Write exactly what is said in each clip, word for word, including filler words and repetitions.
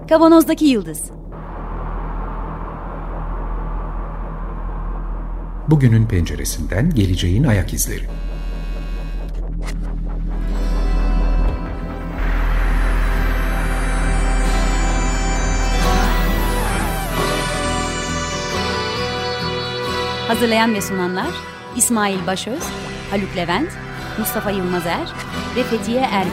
Kavanozdaki Yıldız. Bugünün penceresinden geleceğin ayak izleri. Hazırlayan ve sunanlar İsmail Başöz, Haluk Levent, Mustafa Yılmazer ve Fethiye Erbil.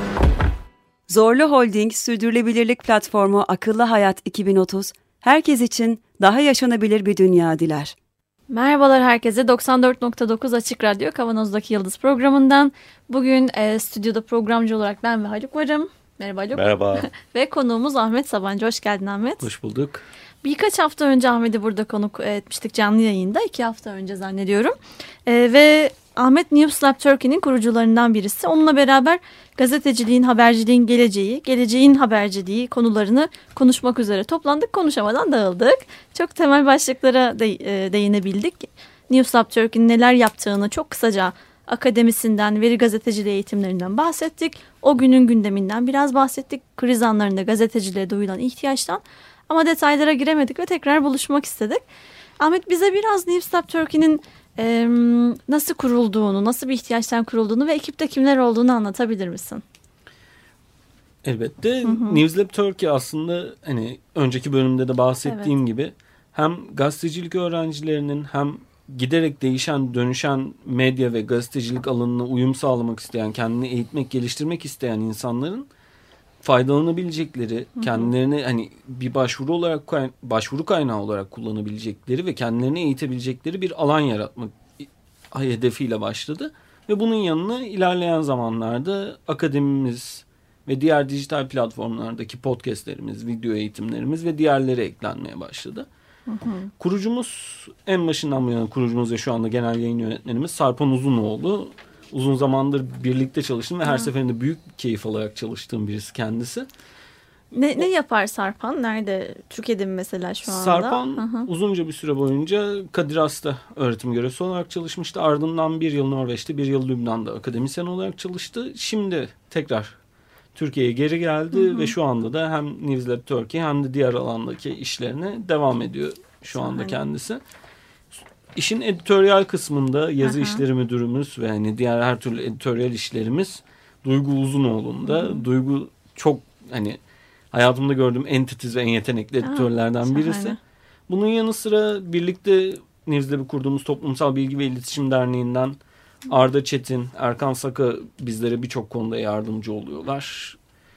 Zorlu Holding Sürdürülebilirlik Platformu Akıllı Hayat iki bin otuz, herkes için daha yaşanabilir bir dünya diler. Merhabalar herkese. doksan dört nokta dokuz Açık Radyo Kavanozdaki Yıldız programından. Bugün e, stüdyoda programcı olarak ben ve Haluk varım. Merhaba Haluk. Merhaba. Ve konuğumuz Ahmet Sabancı. Hoş geldin Ahmet. Hoş bulduk. Birkaç hafta önce Ahmet'i burada konuk etmiştik canlı yayında. İki hafta önce zannediyorum. E, ve Ahmet Newslab Turkey'nin kurucularından birisi. Onunla beraber gazeteciliğin, haberciliğin geleceği, geleceğin haberciliği konularını konuşmak üzere toplandık. Konuşamadan dağıldık. Çok temel başlıklara de, e, değinebildik. Newslab Turkey'nin neler yaptığını çok kısaca akademisinden, veri gazeteciliği eğitimlerinden bahsettik. O günün gündeminden biraz bahsettik. Kriz anlarında gazeteciliğe duyulan ihtiyaçtan. Ama detaylara giremedik ve tekrar buluşmak istedik. Ahmet bize biraz Newslab Turkey'nin Ee, nasıl kurulduğunu, nasıl bir ihtiyaçtan kurulduğunu ve ekipte kimler olduğunu anlatabilir misin? Elbette. Hı hı. Newslab Turkey aslında hani önceki bölümde de bahsettiğim evet. gibi hem gazetecilik öğrencilerinin hem giderek değişen, dönüşen medya ve gazetecilik alanına uyum sağlamak isteyen, kendini eğitmek, geliştirmek isteyen insanların faydalanabilecekleri, hı hı. kendilerini hani bir başvuru olarak başvuru kaynağı olarak kullanabilecekleri ve kendilerini eğitebilecekleri bir alan yaratmak hedefiyle başladı. Ve bunun yanına ilerleyen zamanlarda akademimiz ve diğer dijital platformlardaki podcastlerimiz, video eğitimlerimiz ve diğerleri eklenmeye başladı. Hı hı. Kurucumuz, en başından bu yana kurucumuz ve şu anda genel yayın yönetmenimiz Sarpan Uzunoğlu. Uzun zamandır birlikte çalıştım ve her ha. seferinde büyük keyif alarak çalıştığım birisi kendisi. Ne, ne yapar Sarpan? Nerede? Türkiye'de mi mesela şu anda? Sarpan Hı-hı. uzunca bir süre boyunca Kadir Has'ta öğretim görevlisi olarak çalışmıştı. Ardından bir yıl Norveç'te, bir yıl Lübnan'da akademisyen olarak çalıştı. Şimdi tekrar Türkiye'ye geri geldi Hı-hı. ve şu anda da hem Newslab Turkey hem de diğer alandaki işlerine devam ediyor şu anda Aynen. kendisi. İşin editoryal kısmında yazı Aha. işleri müdürümüz ve hani diğer her türlü editoryal işlerimiz Duygu Uzunoğlu'nda. Hı-hı. Duygu çok hani hayatımda gördüğüm en titiz ve en yetenekli editörlerden Aa, birisi. Şahane. Bunun yanı sıra birlikte Newslab'ı kurduğumuz Toplumsal Bilgi ve İletişim Derneği'nden Arda Çetin, Erkan Saka bizlere birçok konuda yardımcı oluyorlar.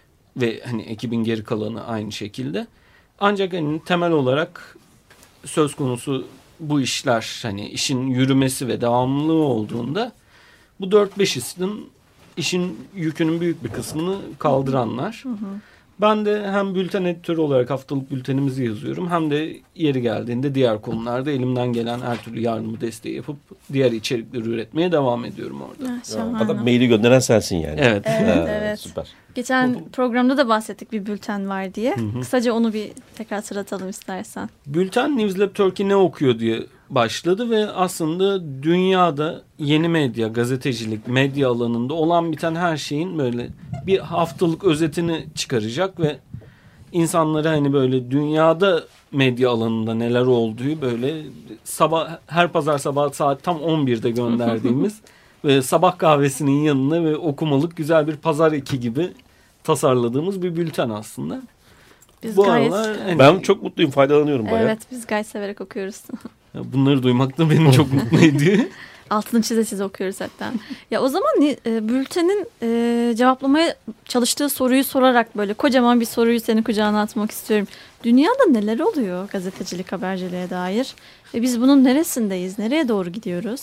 Ve hani ekibin geri kalanı aynı şekilde. Ancak hani temel olarak söz konusu bu işler hani işin yürümesi ve devamlılığı olduğunda bu dört beş isim işin yükünün büyük bir kısmını kaldıranlar. Hı hı. Ben de hem bülten editörü olarak haftalık bültenimizi yazıyorum hem de yeri geldiğinde diğer konularda elimden gelen her türlü yardımı desteği yapıp diğer içerikleri üretmeye devam ediyorum orada. Ha, Hatta maili gönderen sensin yani. Evet. Evet, ha, evet. Süper. Geçen programda da bahsettik bir bülten var diye. Hı hı. Kısaca onu bir tekrar sıratalım istersen. Bülten Newslab Turkey ne okuyor diye başladı ve aslında dünyada yeni medya, gazetecilik, medya alanında olan biten her şeyin böyle bir haftalık özetini çıkaracak ve insanlara hani böyle dünyada medya alanında neler olduğu böyle sabah her pazar sabah saat tam on birde gönderdiğimiz ve sabah kahvesinin yanına ve okumalık güzel bir pazar eki gibi tasarladığımız bir bülten aslında. Biz Bu gayet, aralar, hani, ben çok mutluyum, faydalanıyorum bayağı. Evet, biz gayet severek okuyoruz. Bunları duymak da beni çok mutlu ediyor. Altını çize çize okuyoruz hatta. Ya o zaman e, bültenin e, cevaplamaya çalıştığı soruyu sorarak böyle kocaman bir soruyu senin kucağına atmak istiyorum. Dünyada neler oluyor gazetecilik, haberciliğe dair? Ve biz bunun neresindeyiz? Nereye doğru gidiyoruz?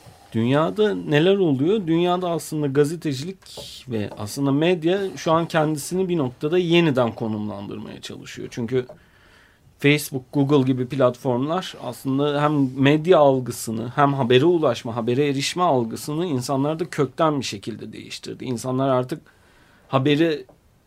Dünyada neler oluyor? Dünyada aslında gazetecilik ve aslında medya şu an kendisini bir noktada yeniden konumlandırmaya çalışıyor. Çünkü Facebook, Google gibi platformlar aslında hem medya algısını hem habere ulaşma, habere erişme algısını insanlarda kökten bir şekilde değiştirdi. İnsanlar artık haberi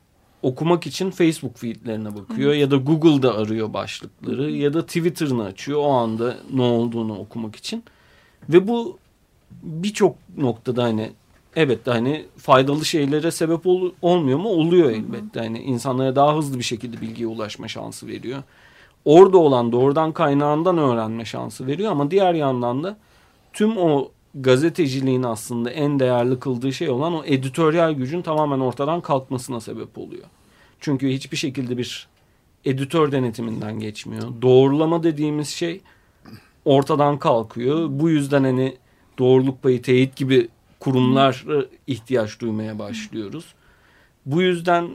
okumak için Facebook feedlerine bakıyor Hı. ya da Google'da arıyor başlıkları ya da Twitter'ını açıyor o anda ne olduğunu okumak için. Ve bu birçok noktada hani evet hani faydalı şeylere sebep ol, olmuyor mu? Oluyor elbette. Hani insanlara daha hızlı bir şekilde bilgiye ulaşma şansı veriyor. Orada olan doğrudan kaynağından öğrenme şansı veriyor ama diğer yandan da tüm o gazeteciliğin aslında en değerli kıldığı şey olan o editoryal gücün tamamen ortadan kalkmasına sebep oluyor. Çünkü hiçbir şekilde bir editör denetiminden geçmiyor. Doğrulama dediğimiz şey ortadan kalkıyor. Bu yüzden hani doğruluk payı, teyit gibi kurumlara ihtiyaç duymaya başlıyoruz. Bu yüzden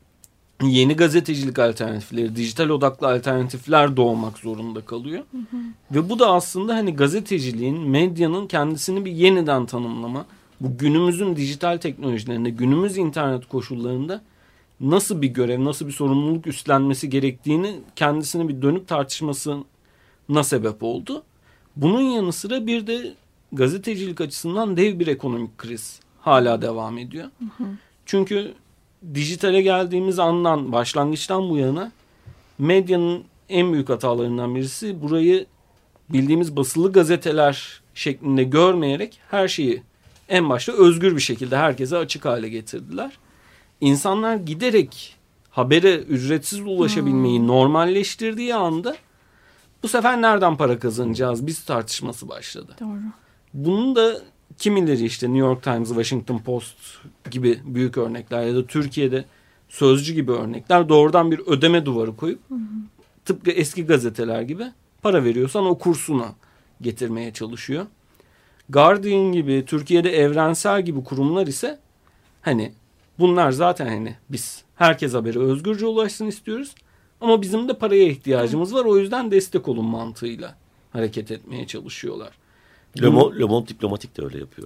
yeni gazetecilik alternatifleri, dijital odaklı alternatifler doğmak zorunda kalıyor. Hı hı. Ve bu da aslında hani gazeteciliğin, medyanın kendisini bir yeniden tanımlama, bu günümüzün dijital teknolojilerinde, günümüz internet koşullarında nasıl bir görev, nasıl bir sorumluluk üstlenmesi gerektiğini kendisine bir dönüp tartışmasına sebep oldu. Bunun yanı sıra bir de gazetecilik açısından dev bir ekonomik kriz hala devam ediyor. Hı hı. Çünkü dijitale geldiğimiz andan, başlangıçtan bu yana medyanın en büyük hatalarından birisi burayı bildiğimiz basılı gazeteler şeklinde görmeyerek her şeyi en başta özgür bir şekilde herkese açık hale getirdiler. İnsanlar giderek habere ücretsiz ulaşabilmeyi hmm. normalleştirdiği anda bu sefer nereden para kazanacağız biz tartışması başladı. Doğru. Bunun da kimileri işte New York Times, Washington Post gibi büyük örnekler ya da Türkiye'de Sözcü gibi örnekler doğrudan bir ödeme duvarı koyup hı hı. tıpkı eski gazeteler gibi para veriyorsan o kursuna getirmeye çalışıyor. Guardian gibi, Türkiye'de Evrensel gibi kurumlar ise hani bunlar zaten hani biz herkes haberi özgürce ulaşsın istiyoruz ama bizim de paraya ihtiyacımız var, o yüzden destek olun mantığıyla hareket etmeye çalışıyorlar. Le Monde, Le Monde Diplomatik de öyle yapıyor.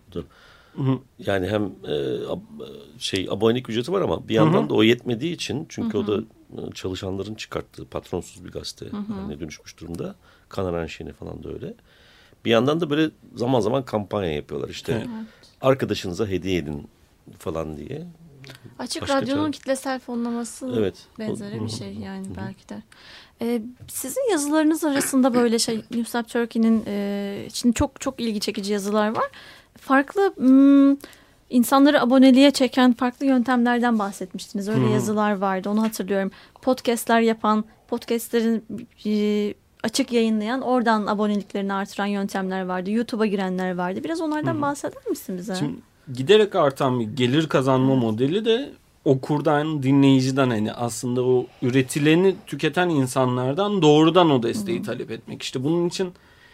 Hı hı. Yani hem e, ab, şey abonelik ücreti var ama bir yandan hı hı. da o yetmediği için çünkü hı hı. o da çalışanların çıkarttığı patronsuz bir gazete hı hı. haline dönüşmüş durumda. Kanaran Şeni falan da öyle. Bir yandan da böyle zaman zaman kampanya yapıyorlar işte. Evet. Arkadaşınıza hediye edin falan diye. Açık Başka Radyo'nun çağır. kitlesel fonlaması evet. benzeri bir şey yani hı-hı. belki de. Ee, sizin yazılarınız arasında böyle şey Newslab Turkey'nin e, şimdi çok çok ilgi çekici yazılar var. Farklı m, insanları aboneliğe çeken farklı yöntemlerden bahsetmiştiniz. Öyle hı-hı. yazılar vardı, onu hatırlıyorum. Podcast'ler yapan, podcast'lerin e, açık yayınlayan, oradan aboneliklerini artıran yöntemler vardı. YouTube'a girenler vardı. Biraz onlardan hı-hı. bahseder misin bize? Şimdi giderek artan bir gelir kazanma modeli de okurdan, dinleyiciden hani aslında o üretileni tüketen insanlardan doğrudan o desteği hmm. talep etmek. İşte bunun için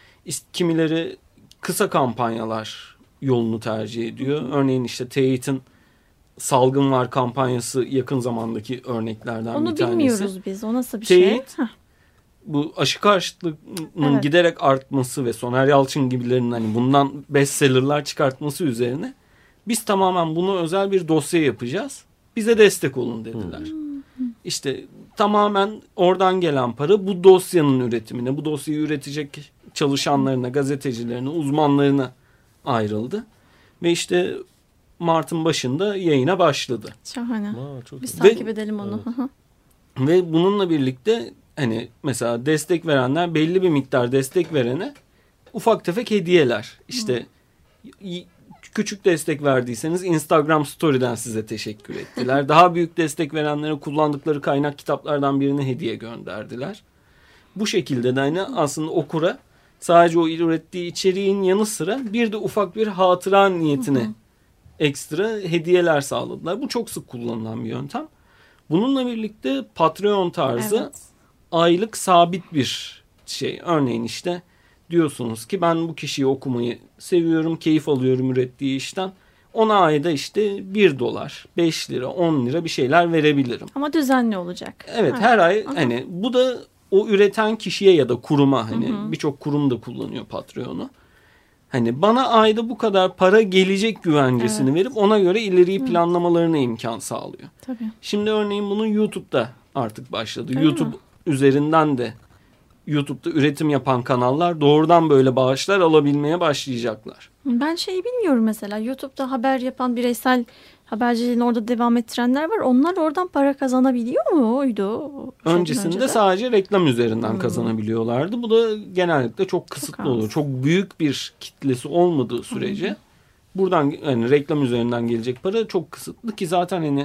kimileri kısa kampanyalar yolunu tercih ediyor. Hmm. Örneğin işte Teyit'in Salgın Var kampanyası yakın zamandaki örneklerden Onu bir tanesi. Onu bilmiyoruz biz. O nasıl bir Teyit, şey? bu aşı karşıtlığının evet. giderek artması ve Soner Yalçın gibilerinin hani bundan bestsellerlar çıkartması üzerine biz tamamen bunu özel bir dosya yapacağız. Bize destek olun dediler. Hmm. İşte tamamen oradan gelen para bu dosyanın üretimine, bu dosyayı üretecek çalışanlarına, gazetecilerine, uzmanlarına ayrıldı. Ve işte Mart'ın başında yayına başladı. Şahane. Aa, çok Biz ve, takip edelim onu. Evet. Ve bununla birlikte hani mesela destek verenler belli bir miktar destek verene ufak tefek hediyeler. İşte hmm. küçük destek verdiyseniz Instagram Story'den size teşekkür ettiler. Daha büyük destek verenlere kullandıkları kaynak kitaplardan birini hediye gönderdiler. Bu şekilde de hani aslında okura sadece o ürettiği içeriğin yanı sıra bir de ufak bir hatıra niyetine ekstra hediyeler sağladılar. Bu çok sık kullanılan bir yöntem. Bununla birlikte Patreon tarzı evet. aylık sabit bir şey. Örneğin işte diyorsunuz ki ben bu kişiyi okumayı seviyorum, keyif alıyorum ürettiği işten. Ona ayda işte bir dolar, beş lira, on lira bir şeyler verebilirim. Ama düzenli olacak. Evet, her ay Aha. hani bu da o üreten kişiye ya da kuruma hani birçok kurum da kullanıyor Patreon'u. Hani bana ayda bu kadar para gelecek güvencesini evet. verip ona göre ileriyi evet. planlamalarına imkan sağlıyor. Tabii. Şimdi örneğin bunun YouTube'da artık başladı. Öyle YouTube mi? üzerinden de YouTube'da üretim yapan kanallar doğrudan böyle bağışlar alabilmeye başlayacaklar. Ben şeyi bilmiyorum mesela. YouTube'da haber yapan bireysel haberciliğini orada devam ettirenler var. Onlar oradan para kazanabiliyor mu? Oydu. Öncesinde sadece reklam üzerinden hmm. kazanabiliyorlardı. Bu da genellikle çok kısıtlı çok oluyor. Çok büyük bir kitlesi olmadığı sürece hmm. buradan hani reklam üzerinden gelecek para çok kısıtlı ki zaten hani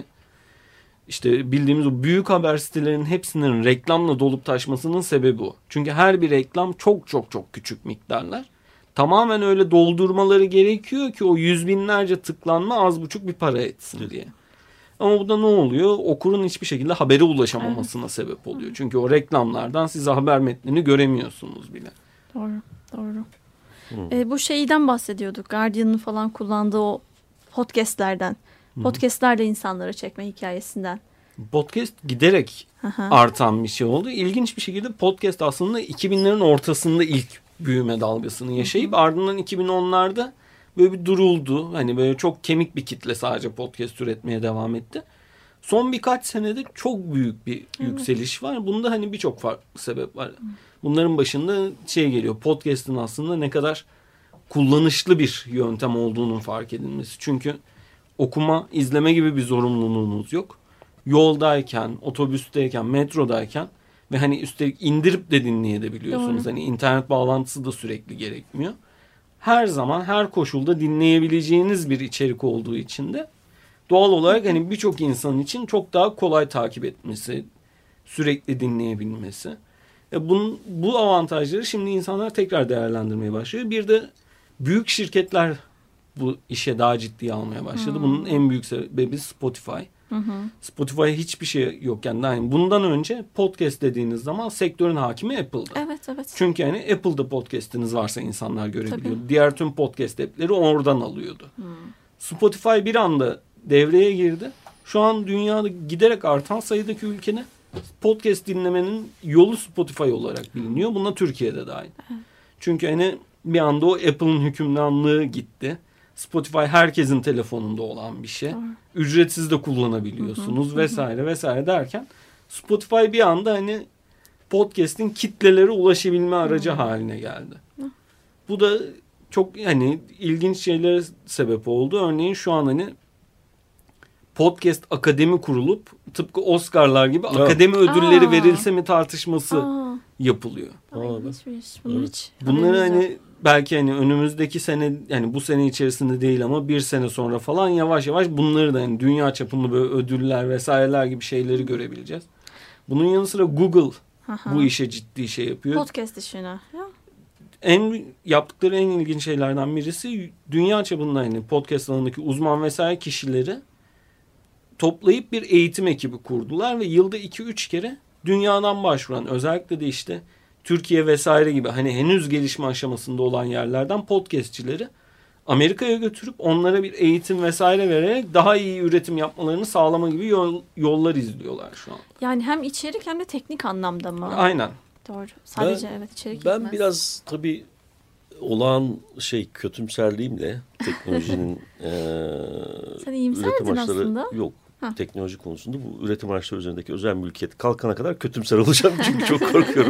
işte bildiğimiz o büyük haber sitelerinin hepsinin reklamla dolup taşmasının sebebi o. Çünkü her bir reklam çok çok çok küçük miktarlar. Tamamen öyle doldurmaları gerekiyor ki o yüz binlerce tıklanma az buçuk bir para etsin diye. Ama bu da ne oluyor? Okurun hiçbir şekilde habere ulaşamamasına evet. sebep oluyor. Çünkü o reklamlardan siz haber metnini göremiyorsunuz bile. Doğru, doğru. Hmm. E, bu şeyden bahsediyorduk. Guardian'ın falan kullandığı o podcastlerden. Podcastlerle insanları çekme hikayesinden. Podcast giderek Aha. artan bir şey oldu. İlginç bir şekilde podcast aslında iki binlerin ortasında ilk büyüme dalgasını yaşayıp Hı-hı. ardından iki bin onlarda böyle bir duruldu. Hani böyle çok kemik bir kitle sadece podcast üretmeye devam etti. Son birkaç senede çok büyük bir evet. yükseliş var. Bunda hani birçok farklı sebep var. Bunların başında şey geliyor. Podcast'ın aslında ne kadar kullanışlı bir yöntem olduğunun fark edilmesi. Çünkü okuma, izleme gibi bir zorunluluğunuz yok. Yoldayken, otobüsteyken, metrodayken ve hani üstelik indirip de dinleyebiliyorsunuz. Hani internet bağlantısı da sürekli gerekmiyor. Her zaman, her koşulda dinleyebileceğiniz bir içerik olduğu için de doğal olarak hani birçok insan için çok daha kolay takip etmesi, sürekli dinleyebilmesi. E bunun, bu avantajları şimdi insanlar tekrar değerlendirmeye başlıyor. Bir de büyük şirketler bu işe daha ciddiye almaya başladı. Hmm. Bunun en büyük sebebi Spotify. Hı hı. Spotify'a hiçbir şey yokken yani bundan önce podcast dediğiniz zaman sektörün hakimi Apple'dı. Evet, evet. Çünkü yani Apple'da podcast'iniz varsa insanlar görebiliyordu. Tabii. Diğer tüm podcast app'leri oradan alıyordu. Hmm. Spotify bir anda devreye girdi. Şu an dünyada giderek artan sayıdaki ülkede podcast dinlemenin yolu Spotify olarak biliniyor. Buna Türkiye'de dahil. Evet. Çünkü hani bir anda o Apple'ın hükümranlığı gitti. Spotify herkesin telefonunda olan bir şey. Doğru. Ücretsiz de kullanabiliyorsunuz hı hı, vesaire hı. vesaire derken Spotify bir anda hani podcast'in kitlelere ulaşabilme aracı hı. haline geldi. Hı. Bu da çok hani ilginç şeylere sebep oldu. Örneğin şu an hani podcast akademi kurulup tıpkı Oscar'lar gibi evet. akademi ödülleri Aa. verilse mi tartışması Aa. yapılıyor. Aa, evet. Bunları hani belki hani önümüzdeki sene yani bu sene içerisinde değil ama bir sene sonra falan yavaş yavaş bunları da yani dünya çapında böyle ödüller vesaireler gibi şeyleri görebileceğiz. Bunun yanı sıra Google Aha. bu işe ciddi şey yapıyor. Podcast işine. Ya. En yaptıkları en ilginç şeylerden birisi dünya çapında yani podcast alanındaki uzman vesaire kişileri toplayıp bir eğitim ekibi kurdular ve yılda iki üç kere dünyadan başvuran özellikle de işte Türkiye vesaire gibi hani henüz gelişme aşamasında olan yerlerden podcastçileri Amerika'ya götürüp onlara bir eğitim vesaire vererek daha iyi üretim yapmalarını sağlama gibi yol, yollar izliyorlar şu an. Yani hem içerik hem de teknik anlamda mı? Aynen. Doğru. Sadece ben, evet içerik Ben gitmez. biraz tabii olağan şey kötümserliğimle teknolojinin e, üretim araçları aslında. Yok. Ha. Teknoloji konusunda bu üretim araçları üzerindeki özel mülkiyet kalkana kadar kötümser olacağım çünkü çok korkuyorum.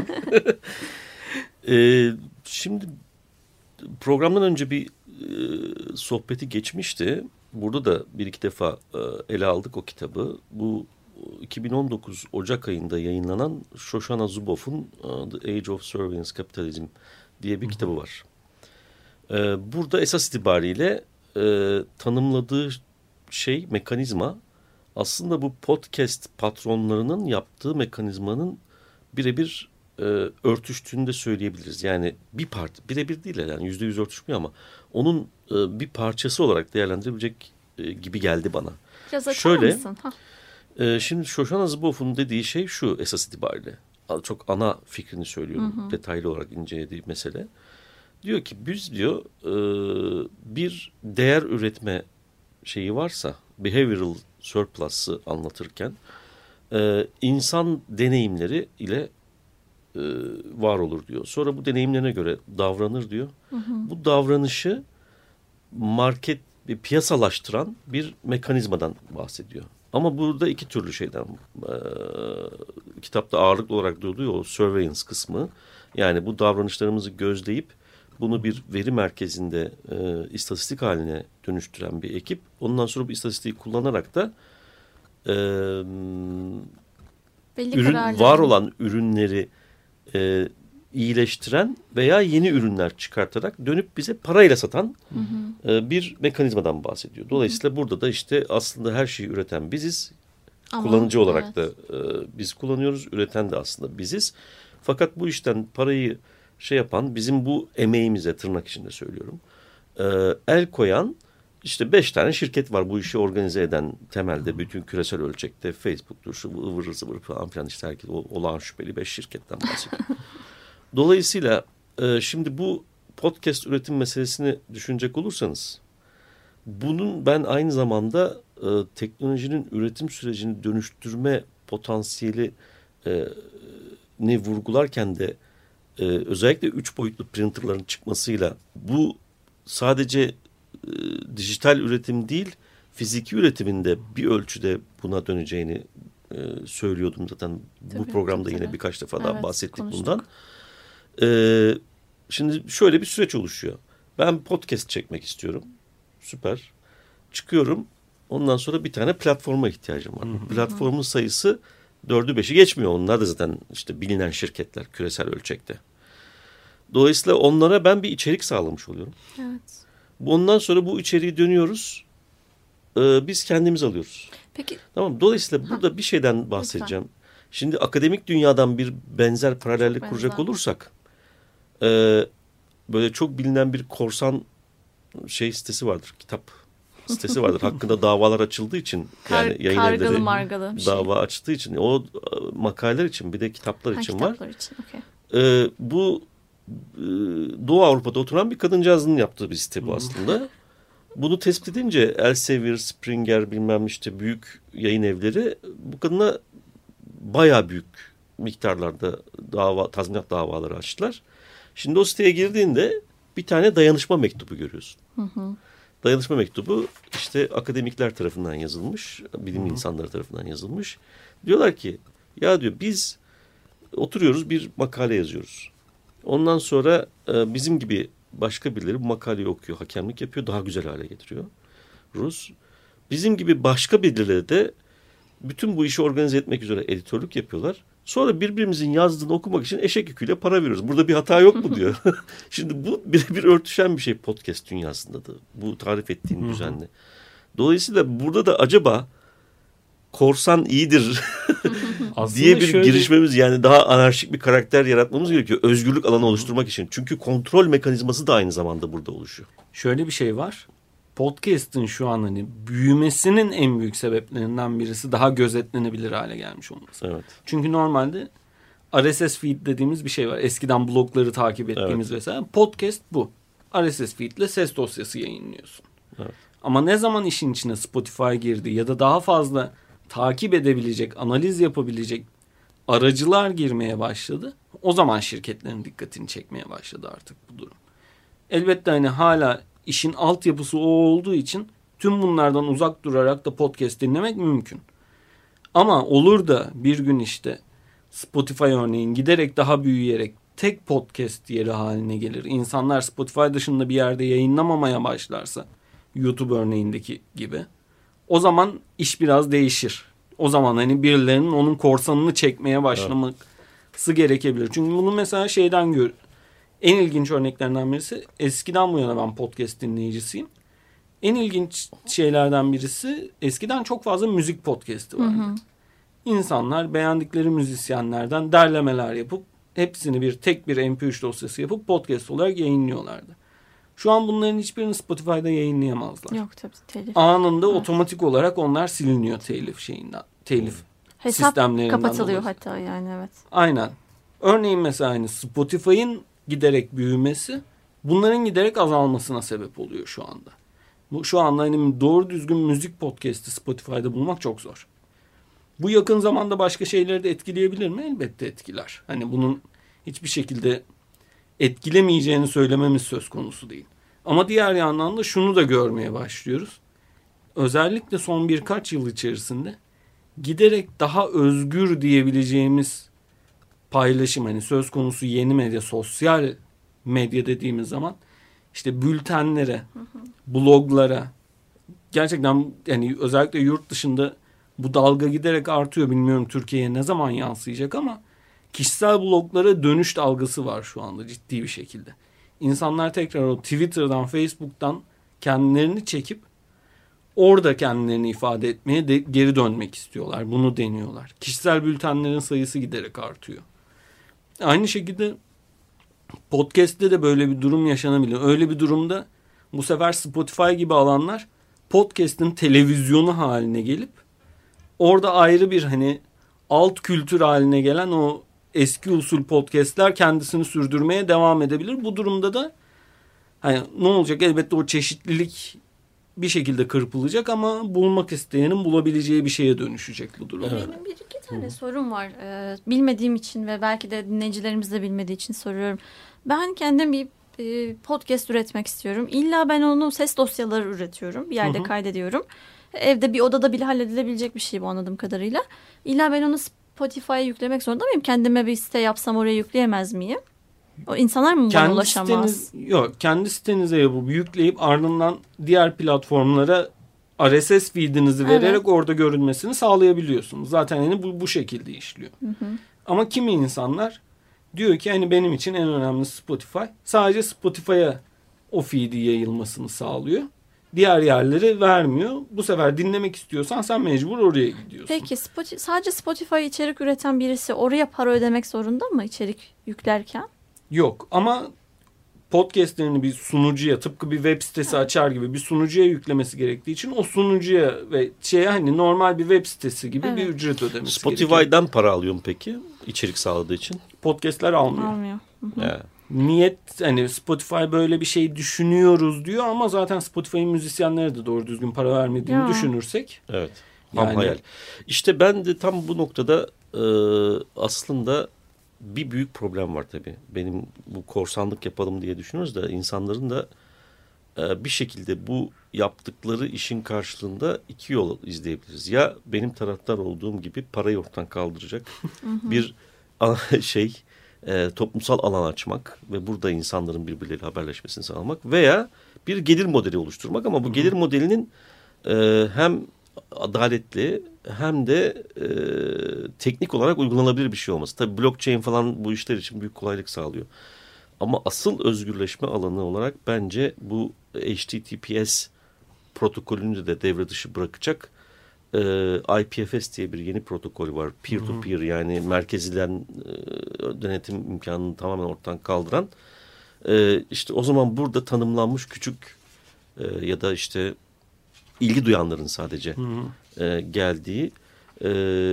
ee, şimdi programdan önce bir e, sohbeti geçmişti. Burada da bir iki defa e, ele aldık o kitabı. Bu iki bin on dokuz Ocak ayında yayınlanan Shoshana Zuboff'un uh, The Age of Surveillance Capitalism diye bir Hı-hı. kitabı var. Ee, burada esas itibariyle e, tanımladığı şey, mekanizma aslında bu podcast patronlarının yaptığı mekanizmanın birebir e, örtüştüğünü de söyleyebiliriz. Yani bir part, birebir değil yani yüzde yüz örtüşmüyor ama onun e, bir parçası olarak değerlendirebilecek e, gibi geldi bana. Biraz açar Şöyle, mısın? Ha. E, şimdi Shoshana Zuboff'un dediği şey şu esas itibariyle. Çok ana fikrini söylüyorum. Hı hı. Detaylı olarak incelediği mesele. Diyor ki biz diyor e, bir değer üretme şeyi varsa behavioral surplus'ı anlatırken e, insan deneyimleri ile e, var olur diyor. Sonra bu deneyimlerine göre davranır diyor. Hı hı. Bu davranışı market bir piyasalaştıran bir mekanizmadan bahsediyor. Ama burada iki türlü şeyden e, kitapta ağırlıklı olarak durduğu o surveillance kısmı. Yani bu davranışlarımızı gözleyip bunu bir veri merkezinde e, istatistik haline dönüştüren bir ekip. Ondan sonra bu istatistiği kullanarak da e, ürün, var olan ürünleri e, iyileştiren veya yeni ürünler çıkartarak dönüp bize parayla satan hı hı. E, bir mekanizmadan bahsediyor. Dolayısıyla hı hı. burada da işte aslında her şeyi üreten biziz. Ama, kullanıcı olarak evet. da e, biz kullanıyoruz. Üreten de aslında biziz. Fakat bu işten parayı şey yapan, bizim bu emeğimize, tırnak içinde söylüyorum, e, el koyan işte beş tane şirket var bu işi organize eden temelde bütün küresel ölçekte. Facebook'tur, şu ıvır zıvır falan filan, işte herkes olağan şüpheli beş şirketten bahsediyor. Dolayısıyla e, şimdi bu podcast üretim meselesini düşünecek olursanız, bunun ben aynı zamanda e, teknolojinin üretim sürecini dönüştürme potansiyeli e, ne vurgularken de e, özellikle üç boyutlu printerların çıkmasıyla bu sadece e, dijital üretim değil, fiziki üretiminde bir ölçüde buna döneceğini e, söylüyordum zaten. Tabii, bu programda yine birkaç defa daha evet, bahsettik konuştuk. Bundan. E, şimdi şöyle bir süreç oluşuyor. Ben podcast çekmek istiyorum. Süper. Çıkıyorum. Ondan sonra bir tane platforma ihtiyacım var. Hı hı. Platformun sayısı dördü beşi geçmiyor. Onlar da zaten işte bilinen şirketler küresel ölçekte. Dolayısıyla onlara ben bir içerik sağlamış oluyorum. Evet. Ondan sonra bu içeriği dönüyoruz. Ee, biz kendimiz alıyoruz. Peki. Tamam. Dolayısıyla burada ha. bir şeyden bahsedeceğim. Lütfen. Şimdi akademik dünyadan bir benzer paralellik benzer. kuracak olursak, e, böyle çok bilinen bir korsan şey sitesi vardır, kitap sitesi vardır. Hakkında davalar açıldığı için, Kar, yani yayın evleri dava şey. açtığı için, o makaleler için bir de kitaplar ha, için kitaplar var. Için, okay. Ee, bu e, Doğu Avrupa'da oturan bir kadıncağızın yaptığı bir site bu aslında. Bunu tespit edince Elsevier, Springer, bilmem işte büyük yayın evleri bu kadına bayağı büyük miktarlarda dava, tazminat davaları açtılar. Şimdi o siteye girdiğinde bir tane dayanışma mektubu görüyorsun. Hı hı. Dayanışma mektubu işte akademikler tarafından yazılmış, bilim hı hı. insanları tarafından yazılmış. Diyorlar ki, ya diyor, biz oturuyoruz, bir makale yazıyoruz. Ondan sonra e, bizim gibi başka birileri bu makaleyi okuyor, hakemlik yapıyor, daha güzel hale getiriyor. Rus. Bizim gibi başka birileri de bütün bu işi organize etmek üzere editörlük yapıyorlar. Sonra birbirimizin yazdığını okumak için eşek yüküyle para veriyoruz. Burada bir hata yok mu diyor. Şimdi bu birebir örtüşen bir şey podcast dünyasında da. Bu tarif ettiğin düzenle. Dolayısıyla burada da acaba korsan iyidir diye bir şöyle... girişmemiz, yani daha anarşik bir karakter yaratmamız gerekiyor. Özgürlük alanı oluşturmak için. Çünkü kontrol mekanizması da aynı zamanda burada oluşuyor. Şöyle bir şey var. Podcast'ın şu an hani büyümesinin en büyük sebeplerinden birisi daha gözetlenebilir hale gelmiş olması. Evet. Çünkü normalde R S S feed dediğimiz bir şey var. Eskiden blogları takip ettiğimiz evet. vesaire. Podcast bu. R S S feed ile ses dosyası yayınlıyorsun. Evet. Ama ne zaman işin içine Spotify girdi ya da daha fazla takip edebilecek, analiz yapabilecek aracılar girmeye başladı, o zaman şirketlerin dikkatini çekmeye başladı artık bu durum. Elbette hani hala işin altyapısı o olduğu için tüm bunlardan uzak durarak da podcast dinlemek mümkün. Ama olur da bir gün işte Spotify örneğin giderek daha büyüyerek tek podcast yeri haline gelir. İnsanlar Spotify dışında bir yerde yayınlamamaya başlarsa, YouTube örneğindeki gibi, o zaman iş biraz değişir. O zaman hani birilerinin onun korsanını çekmeye başlaması evet. gerekebilir. Çünkü bunu mesela şeyden gör. En ilginç örneklerinden birisi, eskiden bu yana ben podcast dinleyicisiyim. En ilginç şeylerden birisi, eskiden çok fazla müzik podcast'i vardı. Hı hı. İnsanlar beğendikleri müzisyenlerden derlemeler yapıp hepsini bir tek bir M P üç dosyası yapıp podcast olarak yayınlıyorlardı. Şu an bunların hiçbirini Spotify'da yayınlayamazlar. Yok tabii, telif. Anında evet. otomatik olarak onlar siliniyor telif şeyinden. Telif hesap sistemlerinden kapatılıyor dolayı. Hatta yani evet. Aynen. Örneğin mesela hani Spotify'ın giderek büyümesi bunların giderek azalmasına sebep oluyor şu anda. Bu şu anda hani doğru düzgün müzik podcast'i Spotify'da bulmak çok zor. Bu yakın zamanda başka şeyleri de etkileyebilir mi? Elbette etkiler. Hani bunun hiçbir şekilde etkilemeyeceğini söylememiz söz konusu değil. Ama diğer yandan da şunu da görmeye başlıyoruz. Özellikle son birkaç yıl içerisinde giderek daha özgür diyebileceğimiz paylaşım, hani söz konusu yeni medya, sosyal medya dediğimiz zaman işte bültenlere, hı hı. bloglara, gerçekten yani özellikle yurt dışında bu dalga giderek artıyor. Bilmiyorum Türkiye'ye ne zaman yansıyacak ama kişisel bloglara dönüş dalgası var şu anda ciddi bir şekilde. İnsanlar tekrar o Twitter'dan, Facebook'tan kendilerini çekip orada kendilerini ifade etmeye de geri dönmek istiyorlar. Bunu deniyorlar. Kişisel bültenlerin sayısı giderek artıyor. Aynı şekilde podcast'te de böyle bir durum yaşanabilir. Öyle bir durumda bu sefer Spotify gibi alanlar podcast'in televizyonu haline gelip orada ayrı bir hani alt kültür haline gelen o eski usul podcast'ler kendisini sürdürmeye devam edebilir. Bu durumda da hani ne olacak? Elbette o çeşitlilik bir şekilde kırpılacak ama bulmak isteyenin bulabileceği bir şeye dönüşecek bu durum. Evet. Benim bir iki tane Hı. sorum var. Ee, bilmediğim için ve belki de dinleyicilerimiz de bilmediği için soruyorum. Ben kendim bir e, podcast üretmek istiyorum. İlla ben onu ses dosyaları üretiyorum. Bir yerde Hı-hı. kaydediyorum. Evde bir odada bile halledilebilecek bir şey bu anladığım kadarıyla. İlla ben onu Spotify'a yüklemek zorunda mıyım? Kendime bir site yapsam oraya yükleyemez miyim? O insanlar mı bana ulaşamaz? Siteniz, yok, kendi sitenize yapıp yükleyip ardından diğer platformlara R S S feed'inizi vererek evet. orada görünmesini sağlayabiliyorsunuz. Zaten yani bu, bu şekilde işliyor. Hı hı. Ama kimi insanlar diyor ki hani benim için en önemli Spotify. Sadece Spotify'a o feed'i yayılmasını sağlıyor. Diğer yerleri vermiyor. Bu sefer dinlemek istiyorsan sen mecbur oraya gidiyorsun. Peki Spotify, sadece Spotify içerik üreten birisi oraya para ödemek zorunda mı içerik yüklerken? Yok ama podcastlerini bir sunucuya tıpkı bir web sitesi evet. açar gibi bir sunucuya yüklemesi gerektiği için o sunucuya ve şeye hani normal bir web sitesi gibi evet. bir ücret ödemesi Spotify'dan gerekiyor. Spotify'dan para alıyor mu peki içerik sağladığı için? Podcastler almıyor. Almıyor. Evet. Niyet hani Spotify böyle bir şey düşünüyoruz diyor ama zaten Spotify'ın müzisyenlere de doğru düzgün para vermediğini ya. düşünürsek. Evet. Tam yani, hayal. İşte ben de tam bu noktada e, aslında bir büyük problem var tabii. Benim bu korsanlık yapalım diye düşünüyoruz da insanların da e, bir şekilde bu yaptıkları işin karşılığında iki yol izleyebiliriz. Ya benim taraftar olduğum gibi parayı ortadan kaldıracak bir şey e, toplumsal alan açmak ve burada insanların birbirleriyle haberleşmesini sağlamak veya bir gelir modeli oluşturmak ama bu gelir modelinin e, hem adaletli hem de e, teknik olarak uygulanabilir bir şey olması. Tabii blockchain falan bu işler için büyük kolaylık sağlıyor. Ama asıl özgürleşme alanı olarak bence bu H T T P S protokolünü de devre dışı bırakacak e, I P F S diye bir yeni protokol var. Peer to peer yani merkeziden e, denetim imkanını tamamen ortadan kaldıran. E, işte o zaman burada tanımlanmış küçük e, ya da işte ilgi duyanların sadece e, geldiği e,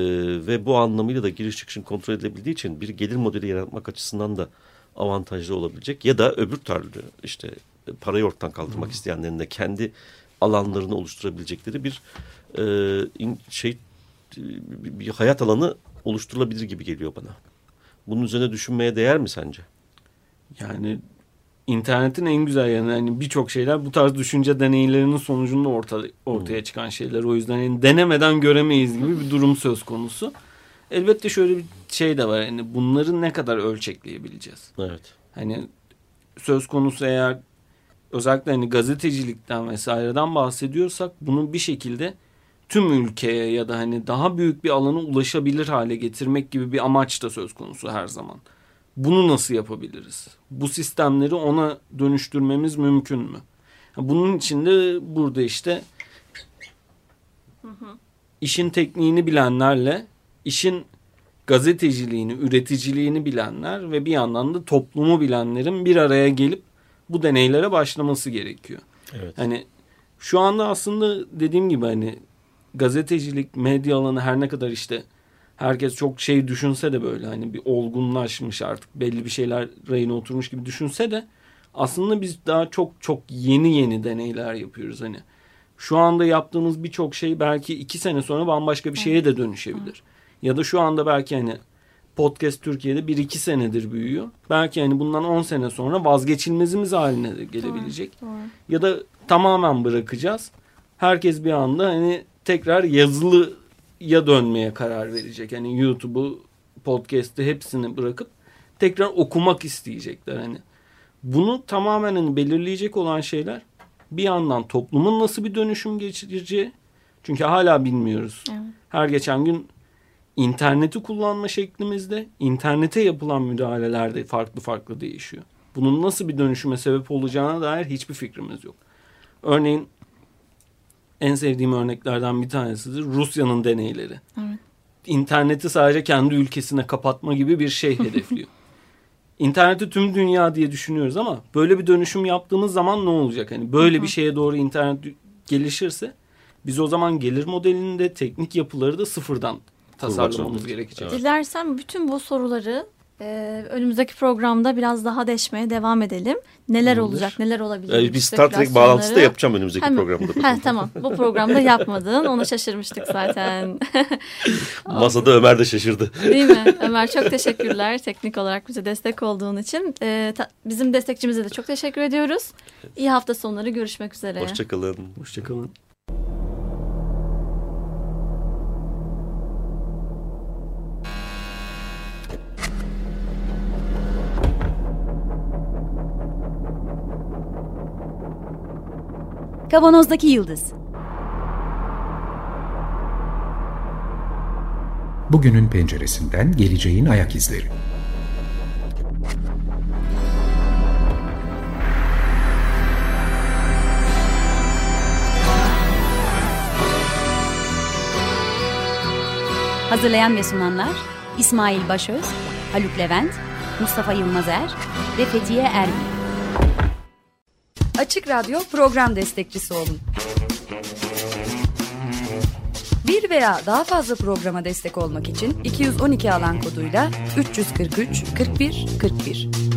ve bu anlamıyla da giriş çıkışın kontrol edilebildiği için bir gelir modeli yaratmak açısından da avantajlı olabilecek ya da öbür türlü işte parayı ortadan kaldırmak hmm. isteyenlerin de kendi alanlarını oluşturabilecekleri bir e, şey bir hayat alanı oluşturulabilir gibi geliyor bana. Bunun üzerine düşünmeye değer mi sence? Yani İnternetin en güzel yanı yani birçok şeyler bu tarz düşünce deneylerinin sonucunda orta, ortaya hmm. çıkan şeyler. O yüzden yani denemeden göremeyiz gibi bir durum söz konusu. Elbette şöyle bir şey de var. Yani bunları ne kadar ölçekleyebileceğiz? Evet. Hani söz konusu eğer özellikle hani gazetecilikten vesaireden bahsediyorsak bunu bir şekilde tüm ülkeye ya da hani daha büyük bir alana ulaşabilir hale getirmek gibi bir amaç da söz konusu her zaman. Bunu nasıl yapabiliriz? Bu sistemleri ona dönüştürmemiz mümkün mü? Bunun için de burada işte hı hı. işin tekniğini bilenlerle, işin gazeteciliğini, üreticiliğini bilenler ve bir yandan da toplumu bilenlerin bir araya gelip bu deneylere başlaması gerekiyor. Evet. Hani şu anda aslında dediğim gibi hani gazetecilik, medya alanı her ne kadar işte herkes çok şey düşünse de böyle hani bir olgunlaşmış artık belli bir şeyler rayına oturmuş gibi düşünse de aslında biz daha çok çok yeni yeni deneyler yapıyoruz. Hani şu anda yaptığımız birçok şey belki iki sene sonra bambaşka bir şeye de dönüşebilir. Ya da şu anda belki hani podcast Türkiye'de bir iki senedir büyüyor. Belki hani bundan on sene sonra vazgeçilmezimiz haline de gelebilecek. Doğru, doğru. Ya da tamamen bırakacağız. Herkes bir anda hani tekrar yazılı ya dönmeye karar verecek. Hani YouTube'u, podcast'ı hepsini bırakıp tekrar okumak isteyecekler. Hani bunu tamamen hani belirleyecek olan şeyler bir yandan toplumun nasıl bir dönüşüm geçireceği. Çünkü hala bilmiyoruz. Evet. Her geçen gün interneti kullanma şeklimizde, internete yapılan müdahaleler de farklı farklı değişiyor. Bunun nasıl bir dönüşüme sebep olacağına dair hiçbir fikrimiz yok. Örneğin en sevdiğim örneklerden bir tanesidir Rusya'nın deneyleri. Evet. İnterneti sadece kendi ülkesine kapatma gibi bir şey hedefliyor. İnterneti tüm dünya diye düşünüyoruz ama böyle bir dönüşüm yaptığımız zaman ne olacak? Hani böyle bir şeye doğru internet gelişirse biz o zaman gelir modelini de teknik yapıları da sıfırdan tasarlamamız gerekecek. Evet. Dilersen bütün bu soruları e, önümüzdeki programda biraz daha deşmeye devam edelim. Neler Olur. olacak, neler olabilir? Yani bir Star Trek bağlantısı da yapacağım önümüzdeki Hemen. programda. Ha, tamam, bu programda yapmadın. Ona şaşırmıştık zaten. Masada Ömer de şaşırdı. Değil mi? Ömer çok teşekkürler teknik olarak bize destek olduğun için. Ee, ta, bizim destekçimize de çok teşekkür ediyoruz. İyi hafta sonları, görüşmek üzere. Hoşçakalın. Hoşçakalın. Kavanozdaki Yıldız. Bugünün penceresinden geleceğin ayak izleri. Hazırlayan ve sunanlar İsmail Başöz, Haluk Levent, Mustafa Yılmazer ve Fethiye Erbil. Açık Radyo program destekçisi olun. Bir veya daha fazla programa destek olmak için iki yüz on iki alan koduyla üç yüz kırk üç kırk bir kırk bir.